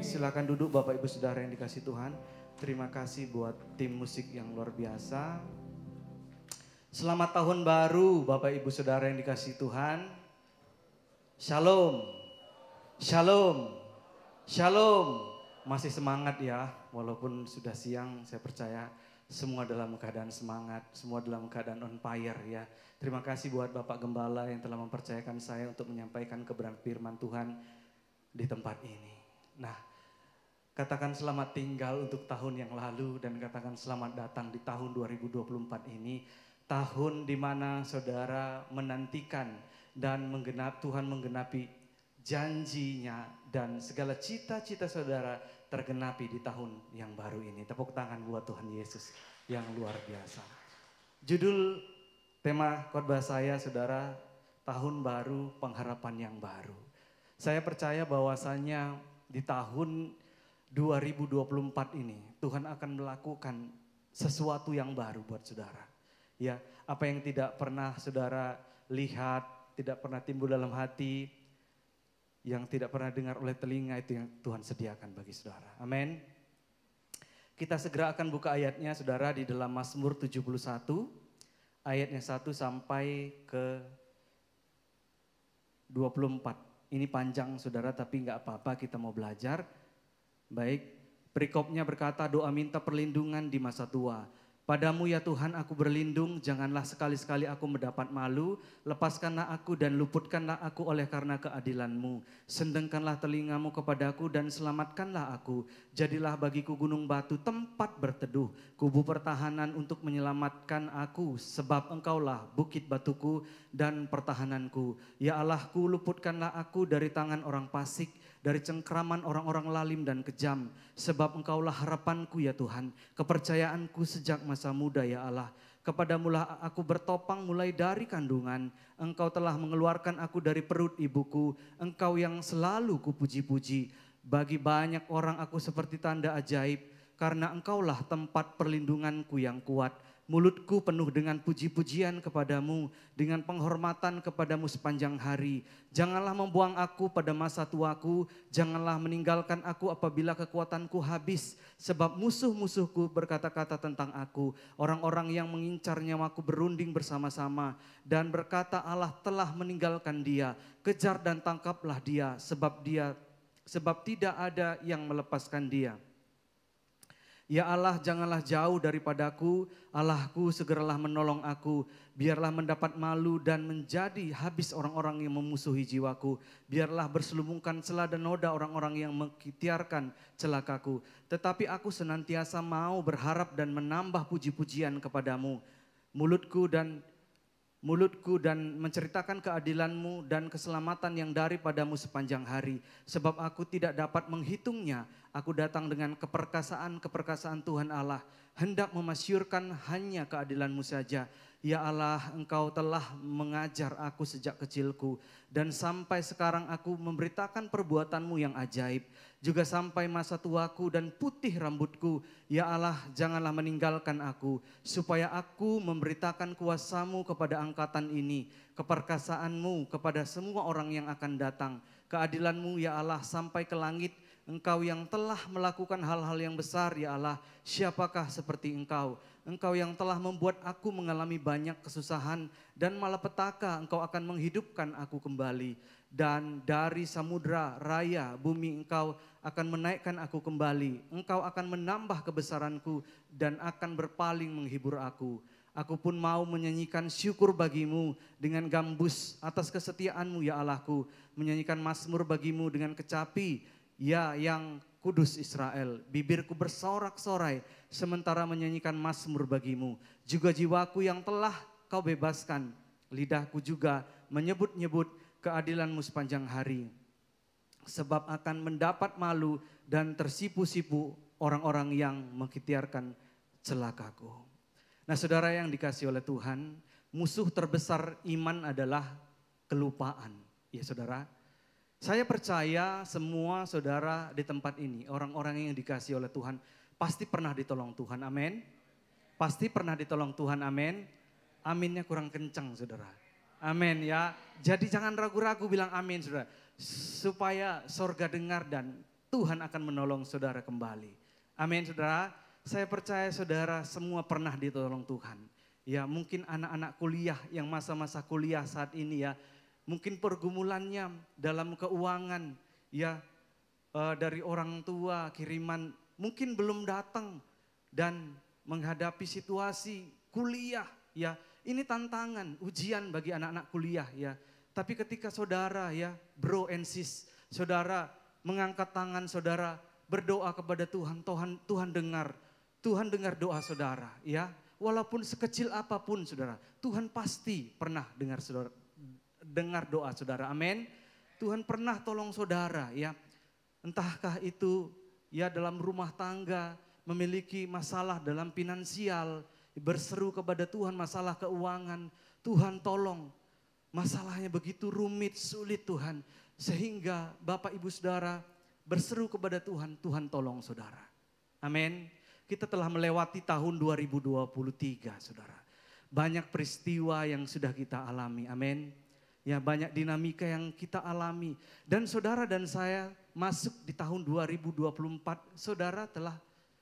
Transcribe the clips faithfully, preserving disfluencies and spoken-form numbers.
Silakan duduk Bapak Ibu Saudara yang dikasih Tuhan. Terima kasih buat tim musik yang luar biasa. Selamat tahun baru Bapak Ibu Saudara yang dikasih Tuhan. Shalom. Shalom. Shalom. Masih semangat ya, walaupun sudah siang, saya percaya semua dalam keadaan semangat, semua dalam keadaan on fire ya. Terima kasih buat Bapak Gembala yang telah mempercayakan saya untuk menyampaikan kebenaran firman Tuhan di tempat ini. Nah, katakan selamat tinggal untuk tahun yang lalu dan katakan selamat datang di tahun dua ribu dua puluh empat ini. Tahun di mana saudara menantikan dan menggenap, Tuhan menggenapi janjinya dan segala cita-cita saudara tergenapi di tahun yang baru ini. Tepuk tangan buat Tuhan Yesus yang luar biasa. Judul tema khotbah saya saudara, tahun baru pengharapan yang baru. Saya percaya bahwasanya di tahun dua ribu dua puluh empat ini Tuhan akan melakukan sesuatu yang baru buat saudara. Ya, apa yang tidak pernah saudara lihat, tidak pernah timbul dalam hati, yang tidak pernah dengar oleh telinga, itu yang Tuhan sediakan bagi saudara. Amin. Kita segera akan buka ayatnya saudara di dalam Mazmur tujuh puluh satu, ayatnya satu sampai ke dua puluh empat. Ini panjang saudara, tapi nggak apa-apa, kita mau belajar. Baik, perikopnya berkata, doa minta perlindungan di masa tua. Padamu ya Tuhan aku berlindung, janganlah sekali-sekali aku mendapat malu. Lepaskanlah aku dan luputkanlah aku oleh karena keadilan-Mu. Sendengkanlah telingamu kepadaku dan selamatkanlah aku. Jadilah bagiku gunung batu tempat berteduh, kubu pertahanan untuk menyelamatkan aku. Sebab Engkaulah bukit batuku dan pertahananku. Ya Allahku, luputkanlah aku dari tangan orang fasik, dari cengkraman orang-orang lalim dan kejam. Sebab Engkaulah harapanku ya Tuhan, kepercayaanku sejak masa muda ya Allah. Kepadamulah aku bertopang mulai dari kandungan. Engkau telah mengeluarkan aku dari perut ibuku. Engkau yang selalu kupuji-puji. Bagi banyak orang aku seperti tanda ajaib, karena Engkaulah tempat perlindunganku yang kuat. Mulutku penuh dengan puji-pujian kepadamu, dengan penghormatan kepadamu sepanjang hari. Janganlah membuang aku pada masa tuaku, janganlah meninggalkan aku apabila kekuatanku habis. Sebab musuh-musuhku berkata-kata tentang aku, orang-orang yang mengincar nyawaku berunding bersama-sama. Dan berkata Allah telah meninggalkan dia, kejar dan tangkaplah dia, sebab dia sebab tidak ada yang melepaskan dia. Ya Allah, janganlah jauh daripadaku, Allahku segeralah menolong aku. Biarlah mendapat malu dan menjadi habis orang-orang yang memusuhi jiwaku. Biarlah berselubungkan celah dan noda orang-orang yang mengikhtiarkan celakaku. Tetapi aku senantiasa mau berharap dan menambah puji-pujian kepadamu. Mulutku dan Mulutku dan menceritakan keadilan-Mu dan keselamatan yang daripadamu sepanjang hari. Sebab aku tidak dapat menghitungnya. Aku datang dengan keperkasaan-keperkasaan Tuhan Allah. Hendak memasyurkan hanya keadilan-Mu saja. Ya Allah, Engkau telah mengajar aku sejak kecilku. Dan sampai sekarang aku memberitakan perbuatan-Mu yang ajaib. Juga sampai masa tuaku dan putih rambutku. Ya Allah, janganlah meninggalkan aku. Supaya aku memberitakan kuasa-Mu kepada angkatan ini. Keperkasaan-Mu kepada semua orang yang akan datang. Keadilan-Mu ya Allah sampai ke langit. Engkau yang telah melakukan hal-hal yang besar ya Allah. Siapakah seperti Engkau? Engkau yang telah membuat aku mengalami banyak kesusahan dan malapetaka, Engkau akan menghidupkan aku kembali. Dan dari samudra raya bumi Engkau akan menaikkan aku kembali. Engkau akan menambah kebesaranku dan akan berpaling menghibur aku. Aku pun mau menyanyikan syukur bagimu dengan gambus atas kesetiaanmu ya Allahku. Menyanyikan mazmur bagimu dengan kecapi, ya yang kudus Israel. Bibirku bersorak-sorai sementara menyanyikan mazmur bagimu. Juga jiwaku yang telah kau bebaskan. Lidahku juga menyebut-nyebut keadilanmu sepanjang hari. Sebab akan mendapat malu dan tersipu-sipu orang-orang yang mengikhtiarkan celakaku. Nah saudara yang dikasihi oleh Tuhan, musuh terbesar iman adalah kelupaan. Ya saudara, saya percaya semua saudara di tempat ini, orang-orang yang dikasihi oleh Tuhan, pasti pernah ditolong Tuhan, amin. Pasti pernah ditolong Tuhan, amin. Aminnya kurang kencang saudara. Amin ya. Jadi jangan ragu-ragu bilang amin saudara. Supaya sorga dengar dan Tuhan akan menolong saudara kembali. Amin saudara. Saya percaya saudara semua pernah ditolong Tuhan. Ya mungkin anak-anak kuliah yang masa-masa kuliah saat ini ya. Mungkin pergumulannya dalam keuangan ya uh, dari orang tua kiriman mungkin belum datang. Dan menghadapi situasi kuliah ya. Ini tantangan, ujian bagi anak-anak kuliah ya. Tapi ketika saudara ya bro and sis. Saudara mengangkat tangan saudara berdoa kepada Tuhan. Tuhan, Tuhan dengar. Tuhan dengar doa saudara ya. Walaupun sekecil apapun saudara. Tuhan pasti pernah dengar saudara, dengar doa saudara. Amin. Tuhan pernah tolong saudara ya. Entahkah itu ya dalam rumah tangga. Memiliki masalah dalam finansial. Berseru kepada Tuhan masalah keuangan. Tuhan tolong. Masalahnya begitu rumit, sulit Tuhan. Sehingga Bapak Ibu Saudara berseru kepada Tuhan. Tuhan tolong saudara. Amin. Kita telah melewati tahun dua ribu dua puluh tiga saudara. Banyak peristiwa yang sudah kita alami. Amin. Ya banyak dinamika yang kita alami. Dan saudara dan saya masuk di tahun dua ribu dua puluh empat. Saudara telah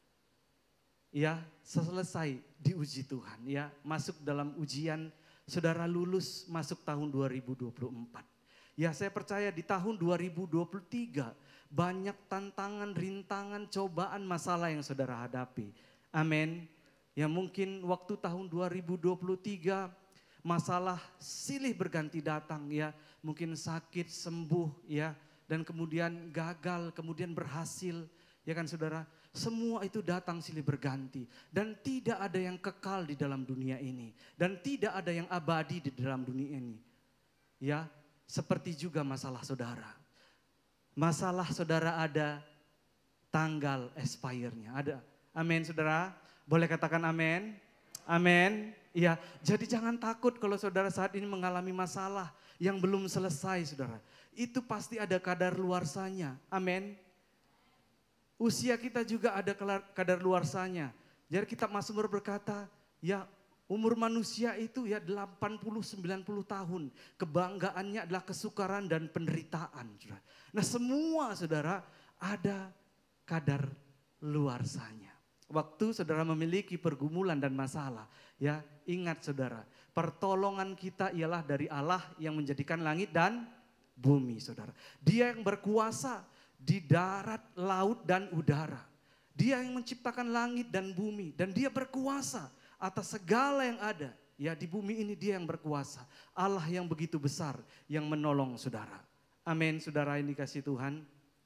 ya selesai diuji Tuhan. Ya masuk dalam ujian. Saudara lulus masuk tahun dua ribu dua puluh empat. Ya saya percaya di tahun dua ribu dua puluh tiga. Banyak tantangan, rintangan, cobaan, masalah yang saudara hadapi. Amin. Ya mungkin waktu tahun dua ribu dua puluh tiga masalah silih berganti datang ya. Mungkin sakit, sembuh ya. Dan kemudian gagal, kemudian berhasil. Ya kan saudara, semua itu datang silih berganti. Dan tidak ada yang kekal di dalam dunia ini. Dan tidak ada yang abadi di dalam dunia ini. Ya, seperti juga masalah saudara. Masalah saudara ada tanggal expire-nya. Ada. Amin saudara. Boleh katakan amin. Amin. Iya. Jadi jangan takut kalau saudara saat ini mengalami masalah yang belum selesai saudara. Itu pasti ada kadar luarsanya. Amin. Usia kita juga ada kadar luarsanya. Jadi kita Mazmur berkata ya umur manusia itu ya delapan puluh sembilan puluh tahun. Kebanggaannya adalah kesukaran dan penderitaan. Nah semua saudara ada kadar luarsanya. Waktu saudara memiliki pergumulan dan masalah. Ya ingat saudara. Pertolongan kita ialah dari Allah yang menjadikan langit dan bumi saudara. Dia yang berkuasa di darat, laut dan udara. Dia yang menciptakan langit dan bumi. Dan dia berkuasa atas segala yang ada. Ya di bumi ini dia yang berkuasa. Allah yang begitu besar yang menolong saudara. Amin saudara ini kasih Tuhan.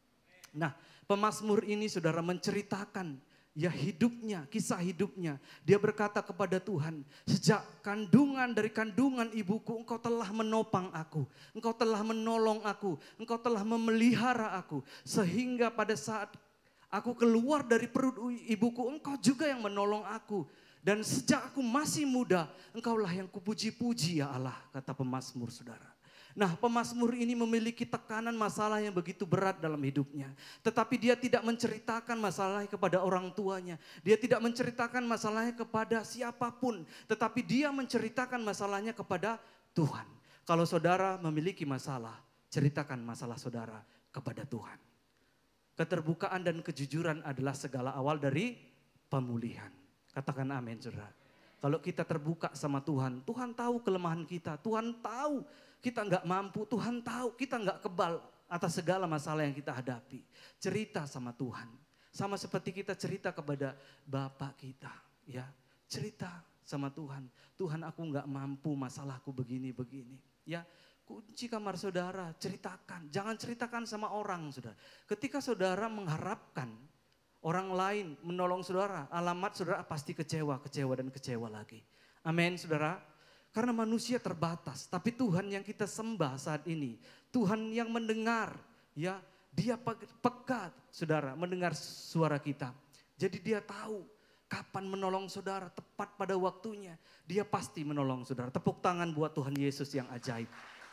Nah pemazmur ini saudara menceritakan ya hidupnya, kisah hidupnya. Dia berkata kepada Tuhan, sejak kandungan dari kandungan ibuku engkau telah menopang aku. Engkau telah menolong aku, engkau telah memelihara aku. Sehingga pada saat aku keluar dari perut ibuku engkau juga yang menolong aku. Dan sejak aku masih muda, engkaulah yang kupuji-puji ya Allah, kata pemazmur saudara. Nah pemazmur ini memiliki tekanan masalah yang begitu berat dalam hidupnya. Tetapi dia tidak menceritakan masalahnya kepada orang tuanya. Dia tidak menceritakan masalahnya kepada siapapun. Tetapi dia menceritakan masalahnya kepada Tuhan. Kalau saudara memiliki masalah, ceritakan masalah saudara kepada Tuhan. Keterbukaan dan kejujuran adalah segala awal dari pemulihan. Katakan amin saudara. Kalau kita terbuka sama Tuhan, Tuhan tahu kelemahan kita. Tuhan tahu kita nggak mampu, Tuhan tahu kita nggak kebal atas segala masalah yang kita hadapi. Cerita sama Tuhan. Sama seperti kita cerita kepada Bapak kita. Ya, cerita sama Tuhan. Tuhan aku nggak mampu masalahku begini-begini. Ya, kunci kamar saudara, ceritakan. Jangan ceritakan sama orang saudara. Ketika saudara mengharapkan orang lain menolong saudara, alamat saudara pasti kecewa, kecewa dan kecewa lagi. Amin saudara. Karena manusia terbatas, tapi Tuhan yang kita sembah saat ini, Tuhan yang mendengar, ya, dia peka, saudara, mendengar suara kita. Jadi dia tahu kapan menolong saudara, tepat pada waktunya. Dia pasti menolong saudara. Tepuk tangan buat Tuhan Yesus yang ajaib.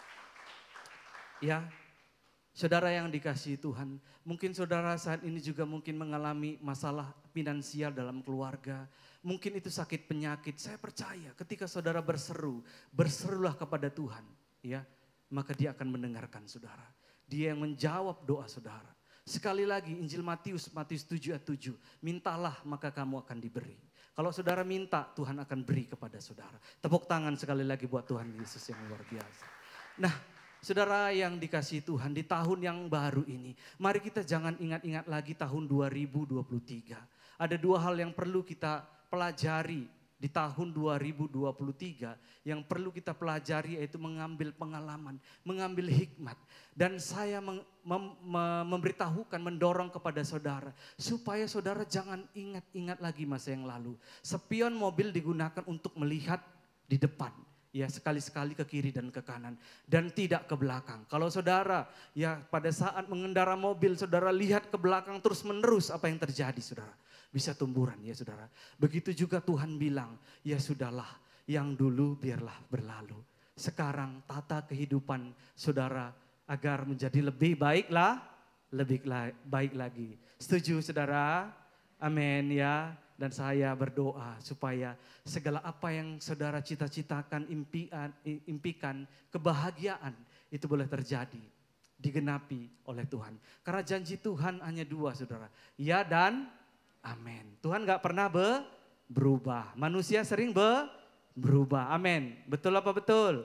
Ya, saudara yang dikasihi Tuhan, mungkin saudara saat ini juga mungkin mengalami masalah finansial dalam keluarga. Mungkin itu sakit penyakit. Saya percaya ketika saudara berseru, berserulah kepada Tuhan, ya, maka dia akan mendengarkan saudara. Dia yang menjawab doa saudara. Sekali lagi Injil Matius, Matius tujuh ayat tujuh. Mintalah maka kamu akan diberi. Kalau saudara minta, Tuhan akan beri kepada saudara. Tepuk tangan sekali lagi buat Tuhan Yesus yang luar biasa. Nah, saudara yang dikasihi Tuhan, di tahun yang baru ini, mari kita jangan ingat-ingat lagi tahun dua ribu dua puluh tiga. Ada dua hal yang perlu kita pelajari di tahun dua ribu dua puluh tiga yang perlu kita pelajari, yaitu mengambil pengalaman, mengambil hikmat. Dan saya mem mem memberitahukan, mendorong kepada saudara supaya saudara jangan ingat-ingat lagi masa yang lalu. Spion mobil digunakan untuk melihat di depan, ya sekali-sekali ke kiri dan ke kanan dan tidak ke belakang. Kalau saudara ya pada saat mengendara mobil saudara lihat ke belakang terus menerus, apa yang terjadi saudara? Bisa tumburan ya saudara. Begitu juga Tuhan bilang, ya sudahlah yang dulu biarlah berlalu. Sekarang tata kehidupan saudara agar menjadi lebih baiklah, lebih baik lagi. Setuju saudara? Amin ya. Dan saya berdoa supaya segala apa yang saudara cita-citakan, impian, impikan, kebahagiaan itu boleh terjadi, digenapi oleh Tuhan. Karena janji Tuhan hanya dua saudara, ya dan amin. Tuhan gak pernah be, berubah. Manusia sering be, berubah. Amin. Betul apa betul?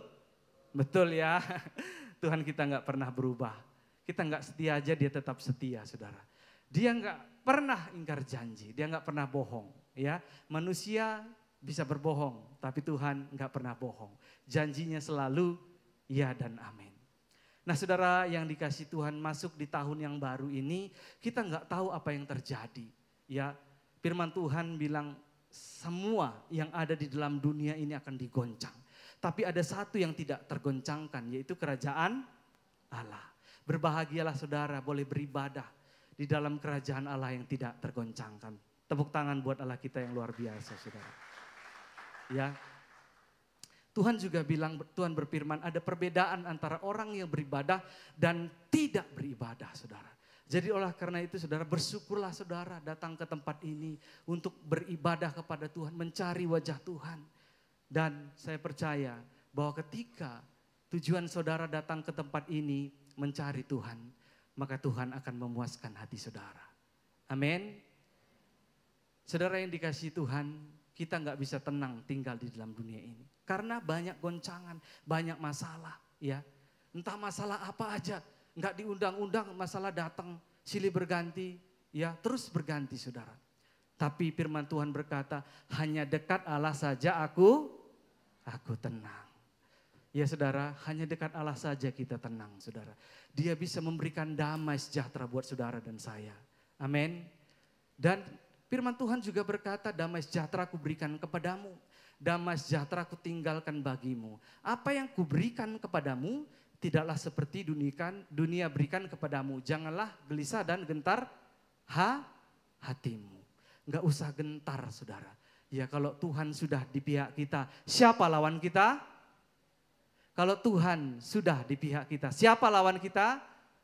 Betul ya. Tuhan kita gak pernah berubah. Kita gak setia aja, dia tetap setia saudara. Dia gak pernah ingkar janji. Dia gak pernah bohong. Ya, manusia bisa berbohong, tapi Tuhan gak pernah bohong. Janjinya selalu ya dan amin. Nah saudara yang dikasih Tuhan, masuk di tahun yang baru ini, kita gak tahu apa yang terjadi. Ya, firman Tuhan bilang semua yang ada di dalam dunia ini akan digoncang. Tapi ada satu yang tidak tergoncangkan, yaitu kerajaan Allah. Berbahagialah saudara boleh beribadah di dalam kerajaan Allah yang tidak tergoncangkan. Tepuk tangan buat Allah kita yang luar biasa saudara. Ya, Tuhan juga bilang, Tuhan berfirman ada perbedaan antara orang yang beribadah dan tidak beribadah saudara. Jadi oleh karena itu saudara, bersyukurlah saudara datang ke tempat ini untuk beribadah kepada Tuhan, mencari wajah Tuhan. Dan saya percaya bahwa ketika tujuan saudara datang ke tempat ini mencari Tuhan, maka Tuhan akan memuaskan hati saudara. Amin. Saudara yang dikasihi Tuhan, kita nggak bisa tenang tinggal di dalam dunia ini. Karena banyak goncangan, banyak masalah. Ya, entah masalah apa aja. Enggak diundang-undang masalah datang, silih berganti, ya terus berganti saudara. Tapi firman Tuhan berkata, hanya dekat Allah saja aku, aku tenang. Ya saudara, hanya dekat Allah saja kita tenang saudara. Dia bisa memberikan damai sejahtera buat saudara dan saya. Amin. Dan firman Tuhan juga berkata, damai sejahtera aku berikan kepadamu. Damai sejahtera aku tinggalkan bagimu. Apa yang kuberikan kepadamu, tidaklah seperti dunia, dunia berikan kepadamu. Janganlah gelisah dan gentar ha, hatimu. Enggak usah gentar saudara. Ya kalau Tuhan sudah di pihak kita, siapa lawan kita? Kalau Tuhan sudah di pihak kita, siapa lawan kita?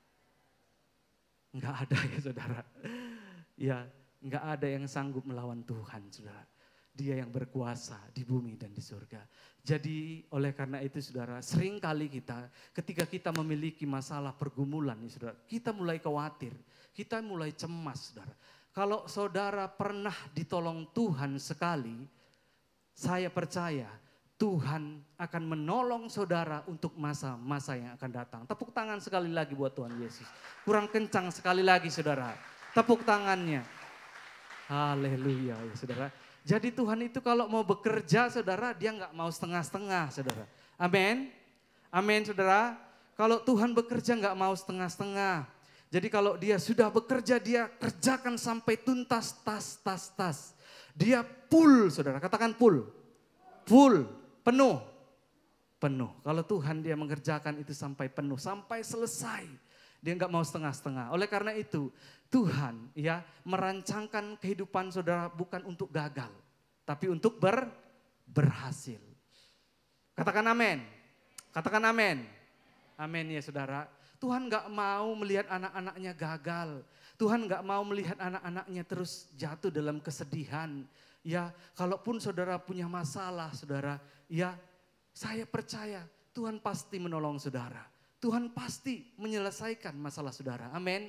Enggak ada ya saudara. Ya enggak ada yang sanggup melawan Tuhan saudara. Dia yang berkuasa di bumi dan di surga. Jadi oleh karena itu saudara, sering kali kita ketika kita memiliki masalah pergumulan nih saudara, kita mulai khawatir, kita mulai cemas saudara. Kalau saudara pernah ditolong Tuhan sekali, saya percaya Tuhan akan menolong saudara untuk masa-masa yang akan datang. Tepuk tangan sekali lagi buat Tuhan Yesus. Kurang kencang sekali lagi saudara, tepuk tangannya. Haleluya ya saudara. Jadi Tuhan itu kalau mau bekerja saudara, dia nggak mau setengah-setengah saudara. Amin. Amin saudara. Kalau Tuhan bekerja nggak mau setengah-setengah. Jadi kalau dia sudah bekerja, dia kerjakan sampai tuntas, tas, tas, tas. Dia full saudara, katakan full. Full, penuh. Penuh. Kalau Tuhan dia mengerjakan itu sampai penuh, sampai selesai. Dia nggak mau setengah-setengah. Oleh karena itu Tuhan ya merancangkan kehidupan saudara bukan untuk gagal, tapi untuk ber, berhasil. Katakan amin. Katakan amin. Amin ya saudara. Tuhan gak mau melihat anak-anaknya gagal. Tuhan gak mau melihat anak-anaknya terus jatuh dalam kesedihan. Ya kalaupun saudara punya masalah saudara, ya saya percaya Tuhan pasti menolong saudara. Tuhan pasti menyelesaikan masalah saudara. Amin.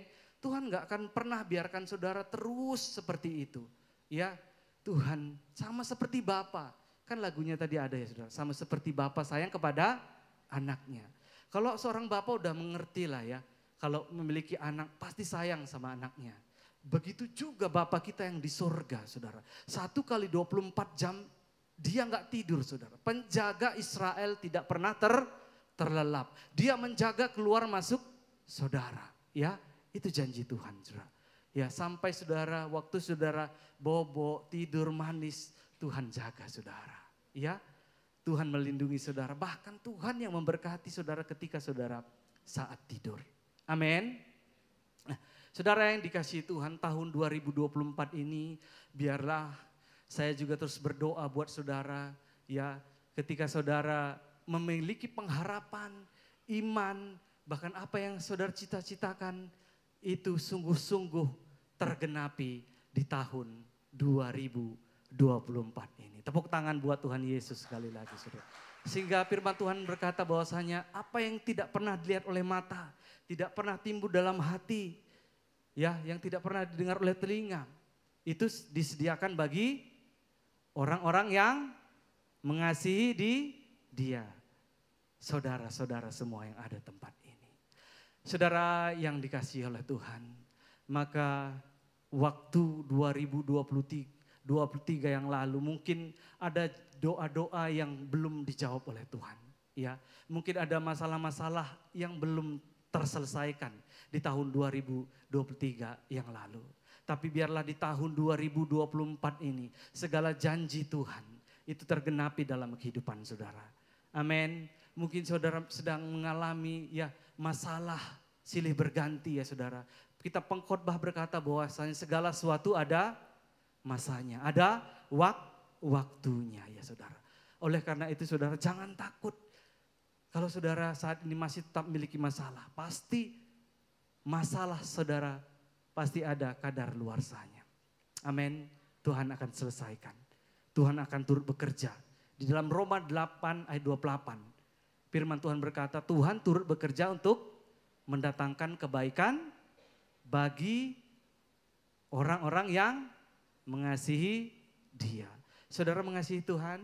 Tuhan gak akan pernah biarkan saudara terus seperti itu. Ya, Tuhan sama seperti Bapa. Kan lagunya tadi ada ya saudara, sama seperti Bapa sayang kepada anaknya. Kalau seorang Bapa udah mengerti lah ya, kalau memiliki anak pasti sayang sama anaknya. Begitu juga Bapa kita yang di surga saudara. Satu kali dua puluh empat jam dia gak tidur saudara. Penjaga Israel tidak pernah ter, terlelap. Dia menjaga keluar masuk saudara. Ya, itu janji Tuhan saudara. Ya, sampai saudara, waktu saudara bobo, tidur manis, Tuhan jaga saudara. Ya, Tuhan melindungi saudara. Bahkan Tuhan yang memberkati saudara ketika saudara saat tidur. Amin. Nah, saudara yang dikasihi Tuhan, tahun dua ribu dua puluh empat ini biarlah saya juga terus berdoa buat saudara. Ya, ketika saudara memiliki pengharapan, iman, bahkan apa yang saudara cita-citakan itu sungguh-sungguh tergenapi di tahun dua ribu dua puluh empat ini. Tepuk tangan buat Tuhan Yesus sekali lagi saudara. Sehingga firman Tuhan berkata bahwasanya apa yang tidak pernah dilihat oleh mata, tidak pernah timbul dalam hati, ya, yang tidak pernah didengar oleh telinga, itu disediakan bagi orang-orang yang mengasihi di Dia. Saudara-saudara semua yang ada tempat ini. Saudara yang dikasihi oleh Tuhan, maka waktu dua ribu dua puluh tiga yang lalu mungkin ada doa-doa yang belum dijawab oleh Tuhan. Ya, mungkin ada masalah-masalah yang belum terselesaikan di tahun dua ribu dua puluh tiga yang lalu. Tapi biarlah di tahun dua ribu dua puluh empat ini segala janji Tuhan itu tergenapi dalam kehidupan saudara. Amin. Mungkin saudara sedang mengalami ya masalah silih berganti ya saudara. Kita pengkhotbah berkata bahwasanya segala sesuatu ada masanya, ada wak waktunya ya saudara. Oleh karena itu saudara jangan takut. Kalau saudara saat ini masih tetap memiliki masalah, pasti masalah saudara pasti ada kadar luarsanya. Amin. Tuhan akan selesaikan. Tuhan akan turut bekerja. Di dalam Roma delapan ayat dua puluh delapan. Firman Tuhan berkata, Tuhan turut bekerja untuk mendatangkan kebaikan bagi orang-orang yang mengasihi Dia. Saudara mengasihi Tuhan?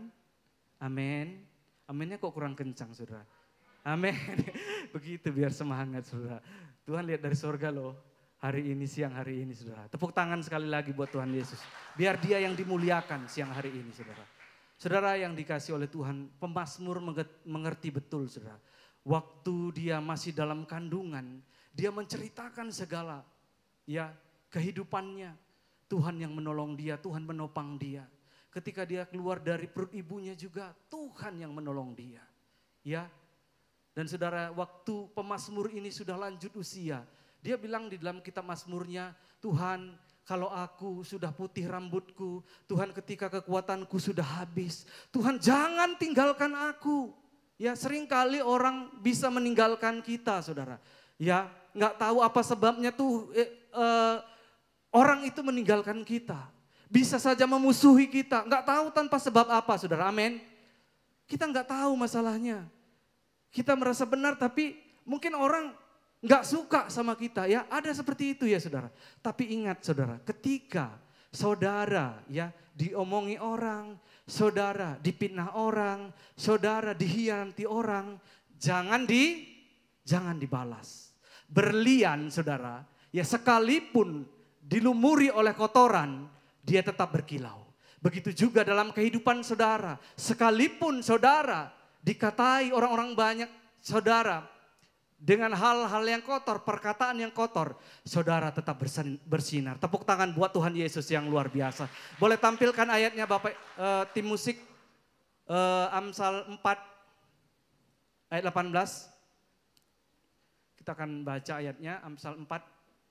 Amin. Aminnya kok kurang kencang saudara. Amin. Begitu biar semangat saudara. Tuhan lihat dari surga loh. Hari ini, siang hari ini saudara. Tepuk tangan sekali lagi buat Tuhan Yesus. Biar Dia yang dimuliakan siang hari ini saudara. Saudara yang dikasih oleh Tuhan, pemazmur mengerti betul saudara. Waktu dia masih dalam kandungan, dia menceritakan segala ya kehidupannya. Tuhan yang menolong dia, Tuhan menopang dia. Ketika dia keluar dari perut ibunya juga, Tuhan yang menolong dia. Ya. Dan saudara, waktu pemazmur ini sudah lanjut usia, dia bilang di dalam kitab Mazmurnya, Tuhan, kalau aku sudah putih rambutku, Tuhan ketika kekuatanku sudah habis, Tuhan jangan tinggalkan aku. Ya, seringkali orang bisa meninggalkan kita, saudara. Ya, nggak tahu apa sebabnya tuh eh, eh, orang itu meninggalkan kita. Bisa saja memusuhi kita, nggak tahu tanpa sebab apa, saudara. Amin. Kita nggak tahu masalahnya. Kita merasa benar, tapi mungkin orang nggak suka sama kita. Ya, ada seperti itu ya, saudara. Tapi ingat, saudara, ketika saudara ya diomongi orang, saudara dipitnah orang, saudara dihianati orang, jangan di jangan dibalas. Berlian saudara, ya sekalipun dilumuri oleh kotoran, dia tetap berkilau. Begitu juga dalam kehidupan saudara, sekalipun saudara dikatai orang-orang banyak, saudara dengan hal-hal yang kotor, perkataan yang kotor, saudara tetap bersinar. Tepuk tangan buat Tuhan Yesus yang luar biasa. Boleh tampilkan ayatnya Bapak uh, tim musik uh, Amsal empat ayat delapan belas. Kita akan baca ayatnya Amsal empat.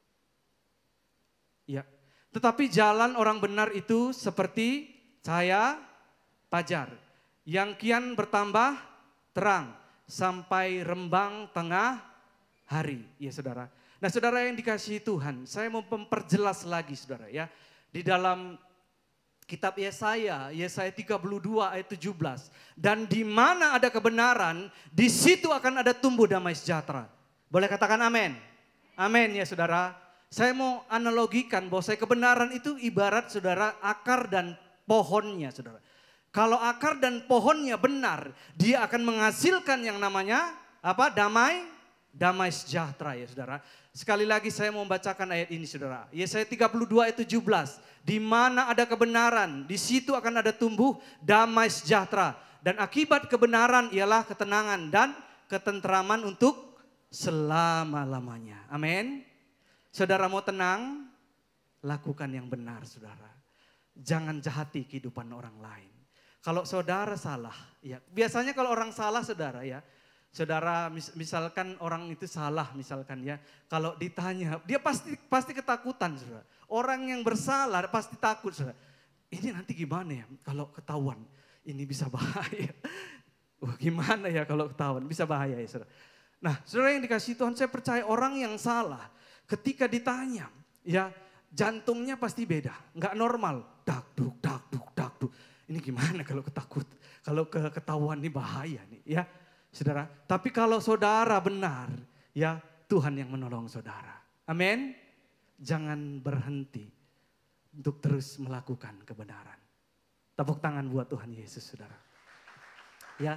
Ya. Tetapi jalan orang benar itu seperti cahaya fajar yang kian bertambah terang sampai rembang tengah hari, ya saudara. Nah saudara yang dikasihi Tuhan, saya mau memperjelas lagi saudara ya. Di dalam kitab Yesaya, Yesaya tiga puluh dua ayat tujuh belas. Dan di mana ada kebenaran, di situ akan ada tumbuh damai sejahtera. Boleh katakan amin? Amin ya saudara. Saya mau analogikan bahwa saya kebenaran itu ibarat saudara akar dan pohonnya saudara. Kalau akar dan pohonnya benar, dia akan menghasilkan yang namanya apa? Damai, damai sejahtera ya saudara. Sekali lagi saya mau membacakan ayat ini saudara. Yesaya tiga puluh dua ayat tujuh belas. Di mana ada kebenaran, di situ akan ada tumbuh damai sejahtera. Dan akibat kebenaran ialah ketenangan dan ketentraman untuk selama-lamanya. Amin. Saudara mau tenang, lakukan yang benar saudara. Jangan jahati kehidupan orang lain. Kalau saudara salah, ya biasanya kalau orang salah saudara ya. Saudara mis, misalkan orang itu salah misalkan ya. Kalau ditanya, dia pasti pasti ketakutan saudara. Orang yang bersalah pasti takut saudara. Ini nanti gimana ya kalau ketahuan? Ini bisa bahaya. Wah, gimana ya kalau ketahuan? Bisa bahaya ya saudara. Nah saudara yang dikasih Tuhan, saya percaya orang yang salah ketika ditanya, ya jantungnya pasti beda, nggak normal, dak duk dak duk dak duk. Ini gimana kalau ketakut, kalau ke ketahuan ini bahaya nih, ya saudara. Tapi kalau saudara benar, ya Tuhan yang menolong saudara. Amin. Jangan berhenti untuk terus melakukan kebenaran. Tepuk tangan buat Tuhan Yesus, saudara. Ya,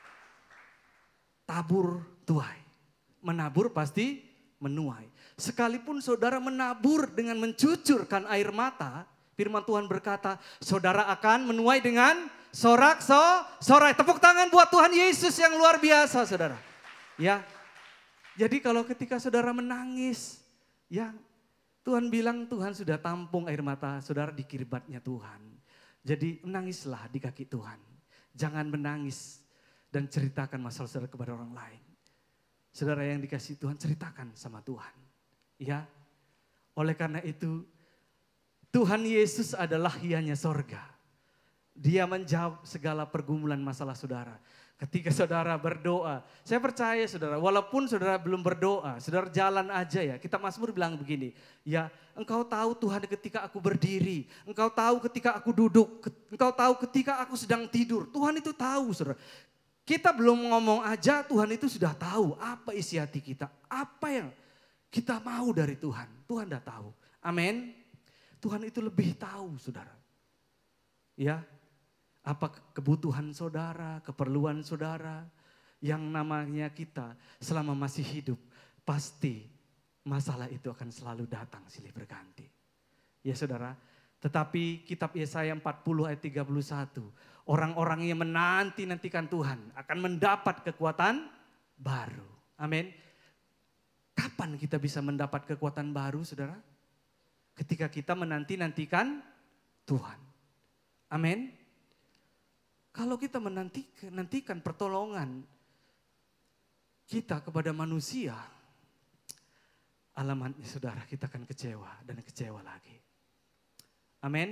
tabur tuai, menabur pasti menuai. Sekalipun saudara menabur dengan mencucurkan air mata, firman Tuhan berkata, saudara akan menuai dengan sorak so sorai. Tepuk tangan buat Tuhan Yesus yang luar biasa, saudara. Ya. Jadi kalau ketika saudara menangis, ya Tuhan bilang Tuhan sudah tampung air mata saudara di kirbatnya Tuhan. Jadi menangislah di kaki Tuhan. Jangan menangis dan ceritakan masalah saudara kepada orang lain. Saudara yang dikasih Tuhan, ceritakan sama Tuhan. Ya, oleh karena itu Tuhan Yesus adalah hianya sorga. Dia menjawab segala pergumulan masalah saudara. Ketika saudara berdoa, saya percaya saudara, walaupun saudara belum berdoa, saudara jalan aja ya. Kita Mazmur bilang begini, ya engkau tahu Tuhan ketika aku berdiri, engkau tahu ketika aku duduk, engkau tahu ketika aku sedang tidur. Tuhan itu tahu saudara. Kita belum ngomong aja Tuhan itu sudah tahu apa isi hati kita, apa yang kita mau dari Tuhan. Tuhan sudah tahu, amin. Tuhan itu lebih tahu saudara. Ya. Apa kebutuhan saudara, keperluan saudara, yang namanya kita selama masih hidup, pasti masalah itu akan selalu datang silih berganti. Ya saudara, tetapi kitab Yesaya empat puluh ayat tiga puluh satu, orang-orang yang menanti-nantikan Tuhan akan mendapat kekuatan baru. Amin. Kapan kita bisa mendapat kekuatan baru saudara? Ketika kita menanti-nantikan Tuhan. Amin. Kalau kita menantikan, nantikan pertolongan kita kepada manusia, alamatnya saudara kita akan kecewa dan kecewa lagi. Amin.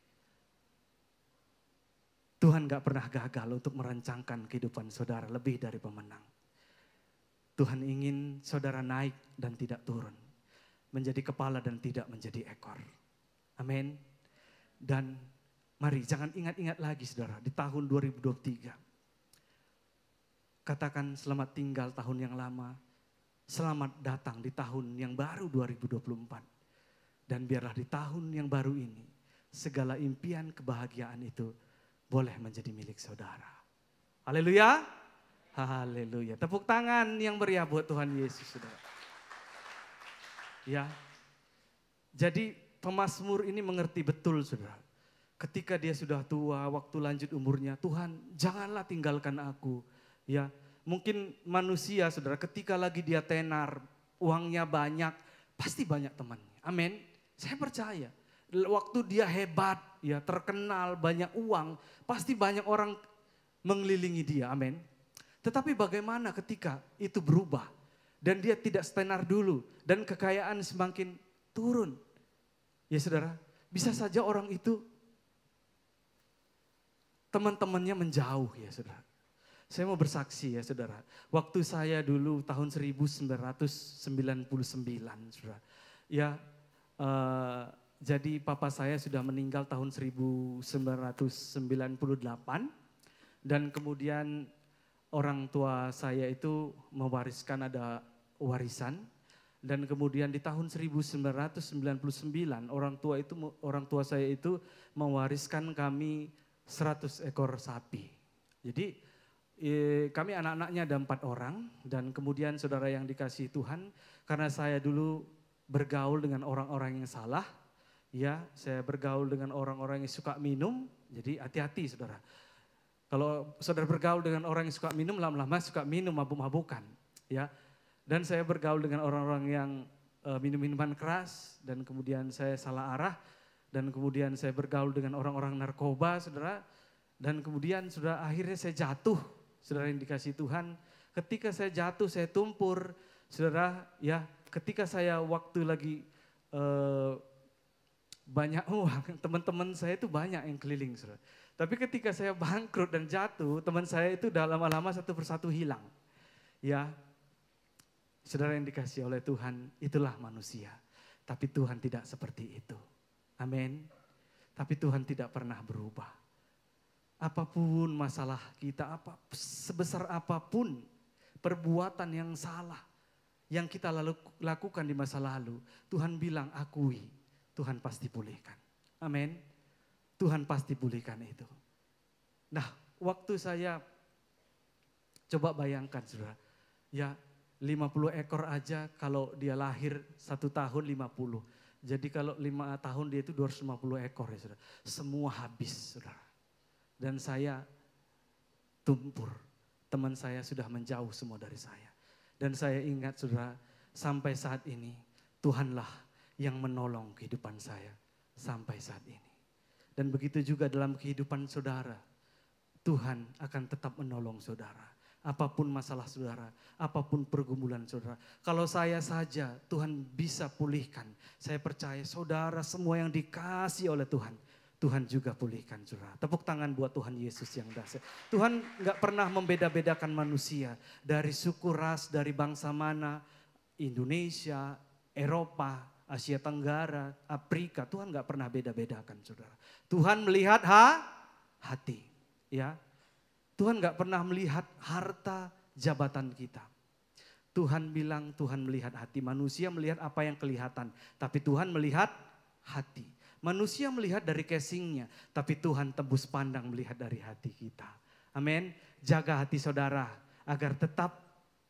Tuhan gak pernah gagal untuk merancangkan kehidupan saudara lebih dari pemenang. Tuhan ingin saudara naik dan tidak turun. Menjadi kepala dan tidak menjadi ekor. Amin. Dan mari jangan ingat-ingat lagi saudara di tahun dua ribu dua puluh tiga. Katakan selamat tinggal tahun yang lama. Selamat datang di tahun yang baru dua ribu dua puluh empat. Dan biarlah di tahun yang baru ini segala impian kebahagiaan itu boleh menjadi milik saudara. Haleluya. Haleluya. Tepuk tangan yang meriah buat Tuhan Yesus saudara. Ya. Jadi pemazmur ini mengerti betul saudara. Ketika dia sudah tua, waktu lanjut umurnya, Tuhan janganlah tinggalkan aku. Ya, mungkin manusia saudara ketika lagi dia tenar, uangnya banyak, pasti banyak temannya. Amin. Saya percaya, waktu dia hebat, ya terkenal, banyak uang, pasti banyak orang mengelilingi dia. Amin. Tetapi bagaimana ketika itu berubah dan dia tidak setenar dulu dan kekayaan semakin turun. Ya saudara, bisa saja orang itu teman-temannya menjauh ya saudara. Saya mau bersaksi ya saudara. Waktu saya dulu tahun seribu sembilan ratus sembilan puluh sembilan saudara. Ya uh, jadi papa saya sudah meninggal tahun seribu sembilan ratus sembilan puluh delapan. Dan kemudian orang tua saya itu mewariskan ada warisan. Dan kemudian di tahun seribu sembilan ratus sembilan puluh sembilan orang tua itu orang tua saya itu mewariskan kami seratus ekor sapi. Jadi eh, kami anak-anaknya ada empat orang dan kemudian saudara yang dikasihi Tuhan, karena saya dulu bergaul dengan orang-orang yang salah, ya saya bergaul dengan orang-orang yang suka minum, jadi hati-hati saudara. Kalau saudara bergaul dengan orang yang suka minum, lama-lama suka minum mabuk-mabukan, ya. Dan saya bergaul dengan orang-orang yang uh, minum minuman keras dan kemudian saya salah arah dan kemudian saya bergaul dengan orang-orang narkoba, saudara. Dan kemudian saudara akhirnya saya jatuh, saudara yang dikasihi Tuhan. Ketika saya jatuh, saya tumpur, saudara. Ya, ketika saya waktu lagi uh, banyak uang, teman-teman saya itu banyak yang keliling, saudara. Tapi ketika saya bangkrut dan jatuh, teman saya itu udah lama-lama satu persatu hilang, ya. Saudara yang dikasihi oleh Tuhan, itulah manusia. Tapi Tuhan tidak seperti itu. Amin. Tapi Tuhan tidak pernah berubah. Apapun masalah kita, apa sebesar apapun perbuatan yang salah yang kita lalu lakukan di masa lalu, Tuhan bilang akui, Tuhan pasti pulihkan. Amin. Tuhan pasti pulihkan itu. Nah, waktu saya coba bayangkan saudara, ya lima puluh ekor aja kalau dia lahir satu tahun lima puluh. Jadi kalau lima tahun dia itu dua ratus lima puluh ekor ya saudara. Semua habis saudara. Dan saya tumpur. Teman saya sudah menjauh semua dari saya. Dan saya ingat saudara, sampai saat ini Tuhanlah yang menolong kehidupan saya sampai saat ini. Dan begitu juga dalam kehidupan saudara, Tuhan akan tetap menolong saudara. Apapun masalah saudara, apapun pergumulan saudara. Kalau saya saja Tuhan bisa pulihkan. Saya percaya saudara semua yang dikasih oleh Tuhan, Tuhan juga pulihkan saudara. Tepuk tangan buat Tuhan Yesus yang dahsyat. Tuhan gak pernah membeda-bedakan manusia. Dari suku ras, dari bangsa mana, Indonesia, Eropa, Asia Tenggara, Afrika. Tuhan gak pernah beda-bedakan saudara. Tuhan melihat ha, hati, ya. Tuhan gak pernah melihat harta jabatan kita. Tuhan bilang Tuhan melihat hati. Manusia melihat apa yang kelihatan. Tapi Tuhan melihat hati. Manusia melihat dari casingnya. Tapi Tuhan tembus pandang melihat dari hati kita. Amin. Jaga hati saudara agar tetap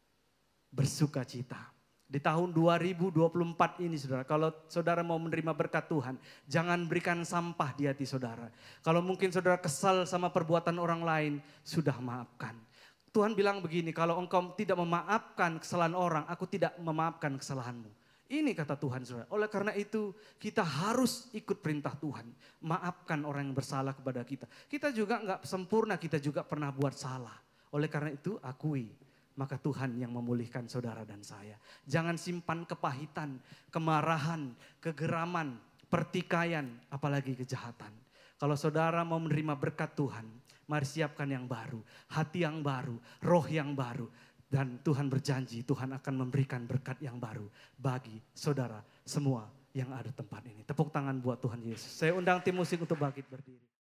bersuka cita. Di tahun dua ribu dua puluh empat ini saudara, kalau saudara mau menerima berkat Tuhan, jangan berikan sampah di hati saudara. Kalau mungkin saudara kesal sama perbuatan orang lain, sudah maafkan. Tuhan bilang begini, kalau engkau tidak memaafkan kesalahan orang, aku tidak memaafkan kesalahanmu. Ini kata Tuhan saudara. Oleh karena itu kita harus ikut perintah Tuhan. Maafkan orang yang bersalah kepada kita. Kita juga enggak sempurna, kita juga pernah buat salah. Oleh karena itu akui. Maka Tuhan yang memulihkan saudara dan saya. Jangan simpan kepahitan, kemarahan, kegeraman, pertikaian, apalagi kejahatan. Kalau saudara mau menerima berkat Tuhan, mari siapkan yang baru. Hati yang baru, roh yang baru. Dan Tuhan berjanji Tuhan akan memberikan berkat yang baru bagi saudara semua yang ada tempat ini. Tepuk tangan buat Tuhan Yesus. Saya undang tim musik untuk bangkit berdiri.